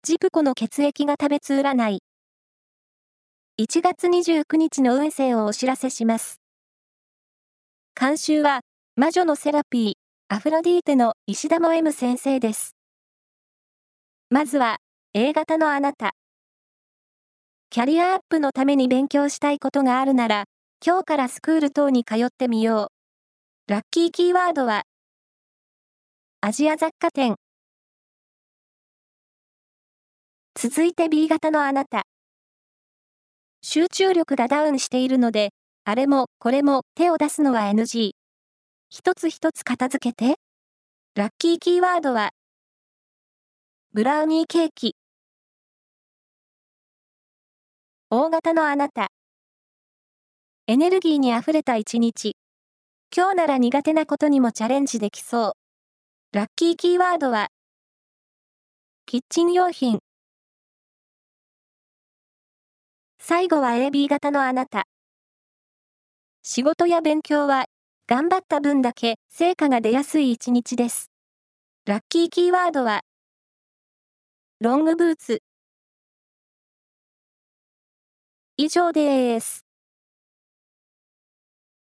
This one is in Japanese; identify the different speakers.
Speaker 1: ジプコの血液が食べつ占い。1月29日の運勢をお知らせします。監修は、魔女のセラピー、アフロディーテの石田も M 先生です。まずは、A 型のあなた。キャリアアップのために勉強したいことがあるなら、今日からスクール等に通ってみよう。ラッキーキーワードは、アジア雑貨店。続いて B 型のあなた。集中力がダウンしているので、あれもこれも手を出すのは NG。一つ一つ片付けて。ラッキーキーワードは、ブラウニーケーキ。大型のあなた。エネルギーに溢れた一日。今日なら苦手なことにもチャレンジできそう。ラッキーキーワードは、キッチン用品。最後は AB 型のあなた。仕事や勉強は、頑張った分だけ成果が出やすい一日です。ラッキーキーワードは、ロングブーツ。以上です。